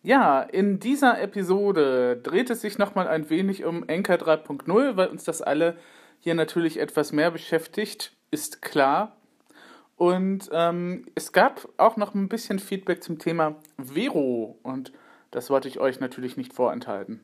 Ja, in dieser Episode dreht es sich nochmal ein wenig um Anchor 3.0, weil uns das alle hier natürlich etwas mehr beschäftigt, ist klar. Und es gab auch noch ein bisschen Feedback zum Thema Vero und das wollte ich euch natürlich nicht vorenthalten.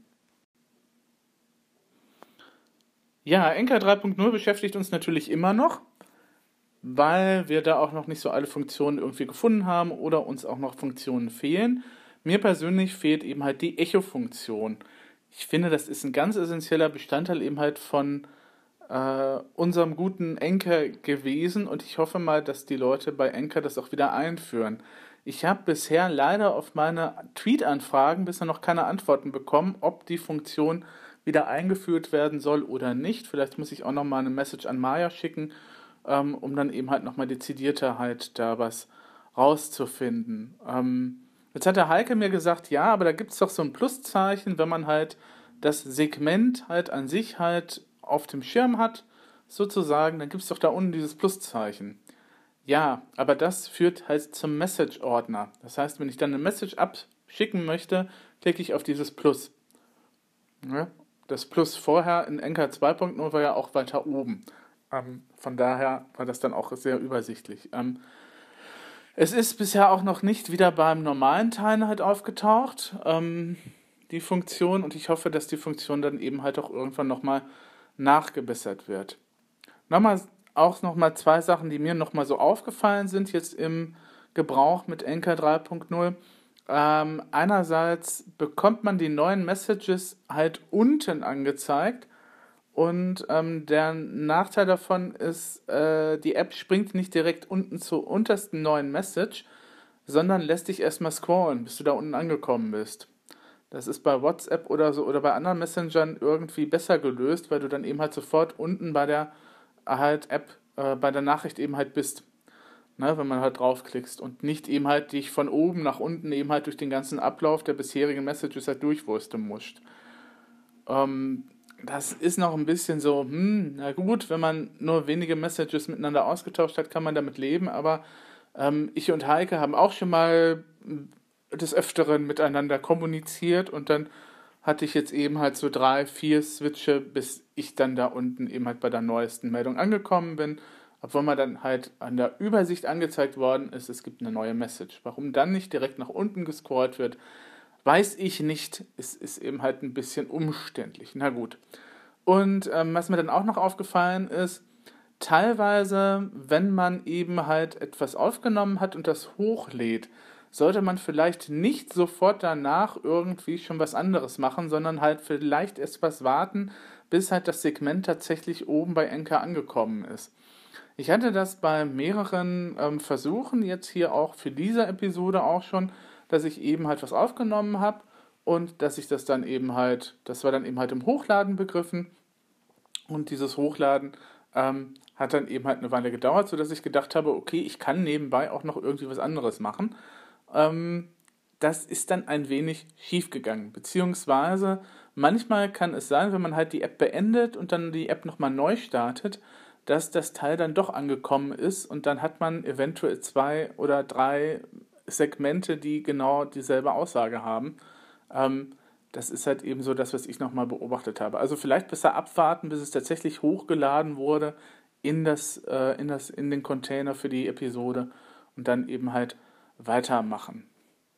Ja, Anchor 3.0 beschäftigt uns natürlich immer noch, weil wir da auch noch nicht so alle Funktionen irgendwie gefunden haben oder uns auch noch Funktionen fehlen. Mir persönlich fehlt eben halt die Echo-Funktion. Ich finde, das ist ein ganz essentieller Bestandteil eben halt von unserem guten Anchor gewesen und ich hoffe mal, dass die Leute bei Anchor das auch wieder einführen. Ich habe bisher leider auf meine Tweet-Anfragen bisher noch keine Antworten bekommen, ob die Funktion wieder eingeführt werden soll oder nicht. Vielleicht muss ich auch noch mal eine Message an Maya schicken, um dann eben halt nochmal dezidierter halt da was rauszufinden. Jetzt hat der Heike mir gesagt, ja, aber da gibt es doch so ein Pluszeichen, wenn man halt das Segment halt an sich halt auf dem Schirm hat, sozusagen, dann gibt es doch da unten dieses Pluszeichen. Ja, aber das führt halt zum Message-Ordner. Das heißt, wenn ich dann eine Message abschicken möchte, klicke ich auf dieses Plus. Ja? Das Plus vorher in Anchor 2.0 war ja auch weiter oben. Von daher war das dann auch sehr übersichtlich. Es ist bisher auch noch nicht wieder beim normalen Teil halt aufgetaucht, die Funktion. Und ich hoffe, dass die Funktion dann eben halt auch irgendwann nochmal nachgebessert wird. Nochmal zwei Sachen, die mir nochmal so aufgefallen sind jetzt im Gebrauch mit Anchor 3.0. Einerseits bekommt man die neuen Messages halt unten angezeigt und der Nachteil davon ist, die App springt nicht direkt unten zur untersten neuen Message, sondern lässt dich erstmal scrollen, bis du da unten angekommen bist. Das ist bei WhatsApp oder so oder bei anderen Messengern irgendwie besser gelöst, weil du dann eben halt sofort unten bei der halt App, bei der Nachricht eben halt bist. Ne, wenn man halt draufklickst und nicht eben halt dich von oben nach unten eben halt durch den ganzen Ablauf der bisherigen Messages halt durchwursten musst. Das ist noch ein bisschen so, na gut, wenn man nur wenige Messages miteinander ausgetauscht hat, kann man damit leben, aber ich und Heike haben auch schon mal des Öfteren miteinander kommuniziert und dann hatte ich jetzt eben halt so 3, 4 Switche, bis ich dann da unten eben halt bei der neuesten Meldung angekommen bin. Obwohl man dann halt an der Übersicht angezeigt worden ist, es gibt eine neue Message. Warum dann nicht direkt nach unten gescrollt wird, weiß ich nicht. Es ist eben halt ein bisschen umständlich. Na gut. Und was mir dann auch noch aufgefallen ist, teilweise, wenn man eben halt etwas aufgenommen hat und das hochlädt, sollte man vielleicht nicht sofort danach irgendwie schon was anderes machen, sondern halt vielleicht erst was warten, bis halt das Segment tatsächlich oben bei Anchor angekommen ist. Ich hatte das bei mehreren Versuchen, jetzt hier auch für diese Episode auch schon, dass ich eben halt was aufgenommen habe und dass ich das dann eben halt, das war dann eben halt im Hochladen begriffen und dieses Hochladen hat dann eben halt eine Weile gedauert, sodass ich gedacht habe, okay, ich kann nebenbei auch noch irgendwie was anderes machen. Das ist dann ein wenig schief gegangen, beziehungsweise manchmal kann es sein, wenn man halt die App beendet und dann die App nochmal neu startet, dass das Teil dann doch angekommen ist und dann hat man eventuell 2 oder 3 Segmente, die genau dieselbe Aussage haben. Das ist halt eben so das, was ich nochmal beobachtet habe. Also vielleicht besser abwarten, bis es tatsächlich hochgeladen wurde in in den Container für die Episode und dann eben halt weitermachen.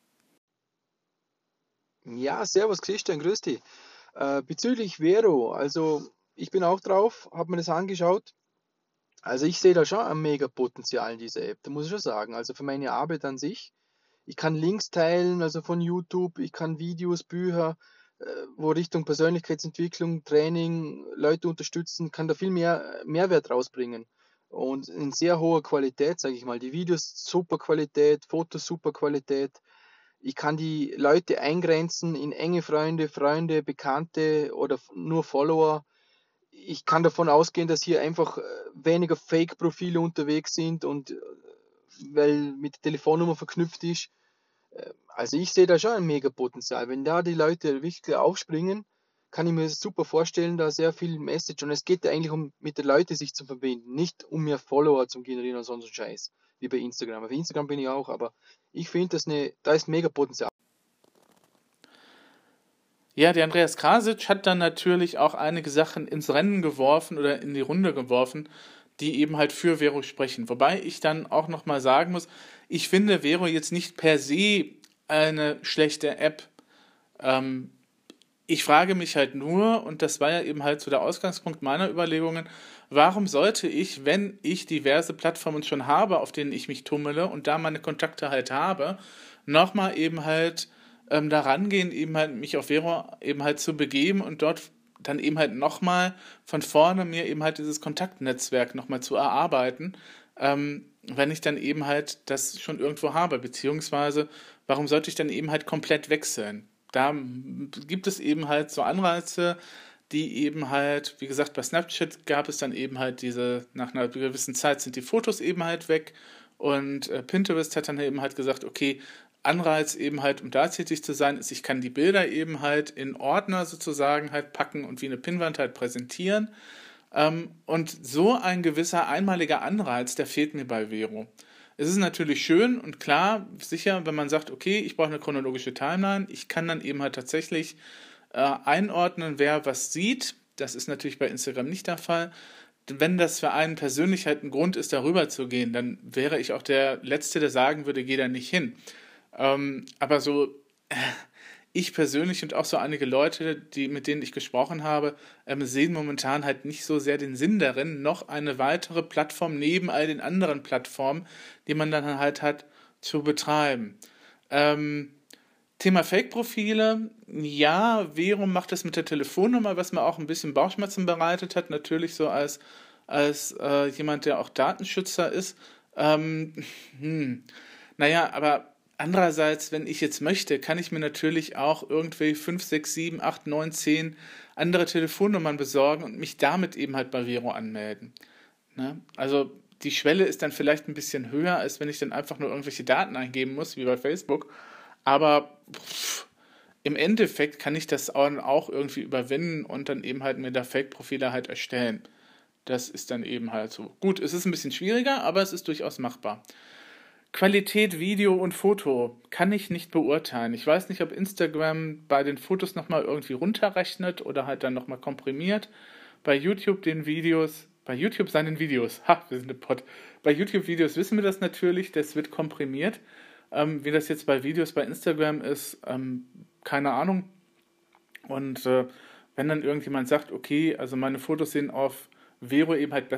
Ja, servus Christian, grüß dich. Bezüglich Vero, also ich bin auch drauf, habe mir das angeschaut. Also ich sehe da schon ein mega Potenzial in dieser App, da muss ich schon sagen. Also für meine Arbeit an sich. Ich kann Links teilen, also von YouTube, ich kann Videos, Bücher, wo Richtung Persönlichkeitsentwicklung, Training, Leute unterstützen, kann da viel mehr Mehrwert rausbringen. Und in sehr hoher Qualität, sage ich mal. Die Videos super Qualität, Fotos super Qualität. Ich kann die Leute eingrenzen in enge Freunde, Freunde, Bekannte oder nur Follower. Ich kann davon ausgehen, dass hier einfach weniger Fake-Profile unterwegs sind und weil mit der Telefonnummer verknüpft ist. Also ich sehe da schon ein Mega-Potenzial. Wenn da die Leute wirklich aufspringen, kann ich mir super vorstellen, da sehr viel Message. Und es geht ja eigentlich um mit den Leuten sich zu verbinden, nicht um mehr Follower zu generieren oder so einen Scheiß, wie bei Instagram. Auf Instagram bin ich auch, aber ich finde, da ist Mega-Potenzial. Ja, der Andreas Krasic hat dann natürlich auch einige Sachen ins Rennen geworfen oder in die Runde geworfen, die eben halt für Vero sprechen. Wobei ich dann auch nochmal sagen muss, ich finde Vero jetzt nicht per se eine schlechte App. Ähm, Ich frage mich halt nur, und das war ja eben halt so der Ausgangspunkt meiner Überlegungen, warum sollte ich, wenn ich diverse Plattformen schon habe, auf denen ich mich tummele und da meine Kontakte halt habe, nochmal eben halt da rangehen, eben halt mich auf Vero eben halt zu begeben und dort dann eben halt nochmal von vorne mir eben halt dieses Kontaktnetzwerk nochmal zu erarbeiten, wenn ich dann eben halt das schon irgendwo habe, beziehungsweise warum sollte ich dann eben halt komplett wechseln? Da gibt es eben halt so Anreize, die eben halt, wie gesagt, bei Snapchat gab es dann eben halt diese, nach einer gewissen Zeit sind die Fotos eben halt weg und Pinterest hat dann eben halt gesagt, okay, Anreiz eben halt, um da tätig zu sein, ist, ich kann die Bilder eben halt in Ordner sozusagen halt packen und wie eine Pinnwand halt präsentieren. Und so ein gewisser einmaliger Anreiz, der fehlt mir bei Vero. Es ist natürlich schön und klar, sicher, wenn man sagt, okay, ich brauche eine chronologische Timeline, ich kann dann eben halt tatsächlich einordnen, wer was sieht. Das ist natürlich bei Instagram nicht der Fall. Wenn das für einen persönlich halt ein Grund ist, darüber zu gehen, dann wäre ich auch der Letzte, der sagen würde, geh da nicht hin. Aber so, ich persönlich und auch so einige Leute, mit denen ich gesprochen habe, sehen momentan halt nicht so sehr den Sinn darin, noch eine weitere Plattform neben all den anderen Plattformen, die man dann halt hat, zu betreiben. Ähm, Thema Fake-Profile, ja, Vero macht das mit der Telefonnummer, was mir auch ein bisschen Bauchschmerzen bereitet hat, natürlich so als jemand, der auch Datenschützer ist. Ähm, hm. Naja, aber andererseits, wenn ich jetzt möchte, kann ich mir natürlich auch irgendwie 5, 6, 7, 8, 9, 10 andere Telefonnummern besorgen und mich damit eben halt bei Vero anmelden. Ne? Also die Schwelle ist dann vielleicht ein bisschen höher, als wenn ich dann einfach nur irgendwelche Daten eingeben muss, wie bei Facebook. Aber im Endeffekt kann ich das auch irgendwie überwinden und dann eben halt mir da Fake-Profile halt erstellen. Das ist dann eben halt so. Gut, es ist ein bisschen schwieriger, aber es ist durchaus machbar. Qualität Video und Foto kann ich nicht beurteilen. Ich weiß nicht, ob Instagram bei den Fotos nochmal irgendwie runterrechnet oder halt dann nochmal komprimiert. Bei YouTube den Videos, bei YouTube seinen Videos, wir sind im Pod. Bei YouTube-Videos wissen wir das natürlich, das wird komprimiert. Wie das jetzt bei Videos bei Instagram ist, keine Ahnung. Und wenn dann irgendjemand sagt, okay, also meine Fotos sehen auf Vero eben halt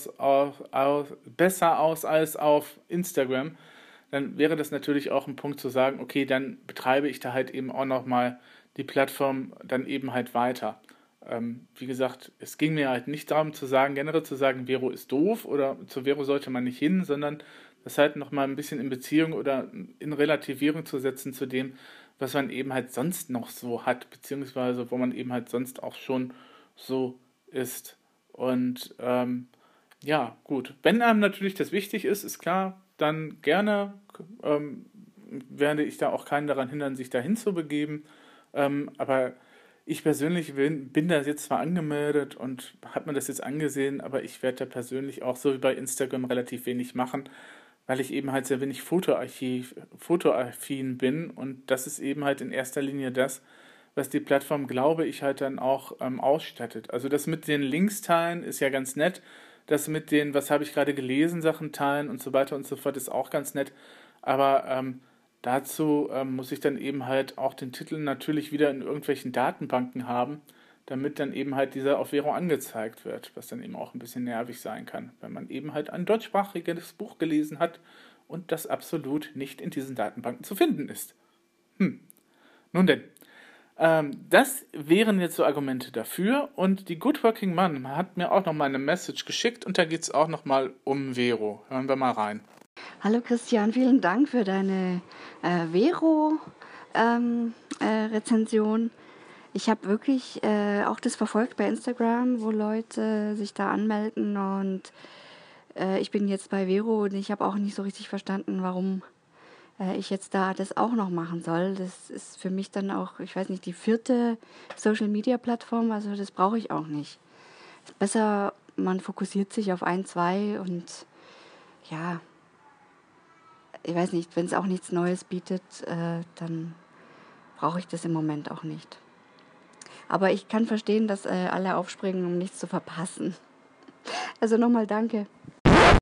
besser aus als auf Instagram, dann wäre das natürlich auch ein Punkt zu sagen, okay, dann betreibe ich da halt eben auch nochmal die Plattform dann eben halt weiter. Wie gesagt, es ging mir halt nicht darum zu sagen, generell zu sagen, Vero ist doof oder zu Vero sollte man nicht hin, sondern das halt nochmal ein bisschen in Beziehung oder in Relativierung zu setzen zu dem, was man eben halt sonst noch so hat, beziehungsweise wo man eben halt sonst auch schon so ist. Und ja, gut. Wenn einem natürlich das wichtig ist, ist klar, dann gerne werde ich da auch keinen daran hindern, sich dahin zu begeben. Aber ich persönlich bin da jetzt zwar angemeldet und habe mir das jetzt angesehen, aber ich werde da persönlich auch so wie bei Instagram relativ wenig machen, weil ich eben halt sehr wenig fotoaffin bin und das ist eben halt in erster Linie das, was die Plattform, glaube ich, halt dann auch ausstattet. Also das mit den Links teilen ist ja ganz nett, das mit den, was habe ich gerade gelesen, Sachen teilen und so weiter und so fort ist auch ganz nett, aber dazu muss ich dann eben halt auch den Titel natürlich wieder in irgendwelchen Datenbanken haben, damit dann eben halt dieser auf Vero angezeigt wird, was dann eben auch ein bisschen nervig sein kann, wenn man eben halt ein deutschsprachiges Buch gelesen hat und das absolut nicht in diesen Datenbanken zu finden ist. Nun denn, das wären jetzt so Argumente dafür und die Good Working Mom hat mir auch noch mal eine Message geschickt und da geht es auch noch mal um Vero. Hören wir mal rein. Hallo Christian, vielen Dank für deine Vero-Rezension. Ich habe wirklich auch das verfolgt bei Instagram, wo Leute sich da anmelden und ich bin jetzt bei Vero und ich habe auch nicht so richtig verstanden, warum ich jetzt da das auch noch machen soll. Das ist für mich dann auch, ich weiß nicht, die 4. Social-Media-Plattform, also das brauche ich auch nicht. Ist besser, man fokussiert sich auf 1, 2 und ja, ich weiß nicht, wenn es auch nichts Neues bietet, dann brauche ich das im Moment auch nicht. Aber ich kann verstehen, dass alle aufspringen, um nichts zu verpassen. Also nochmal danke.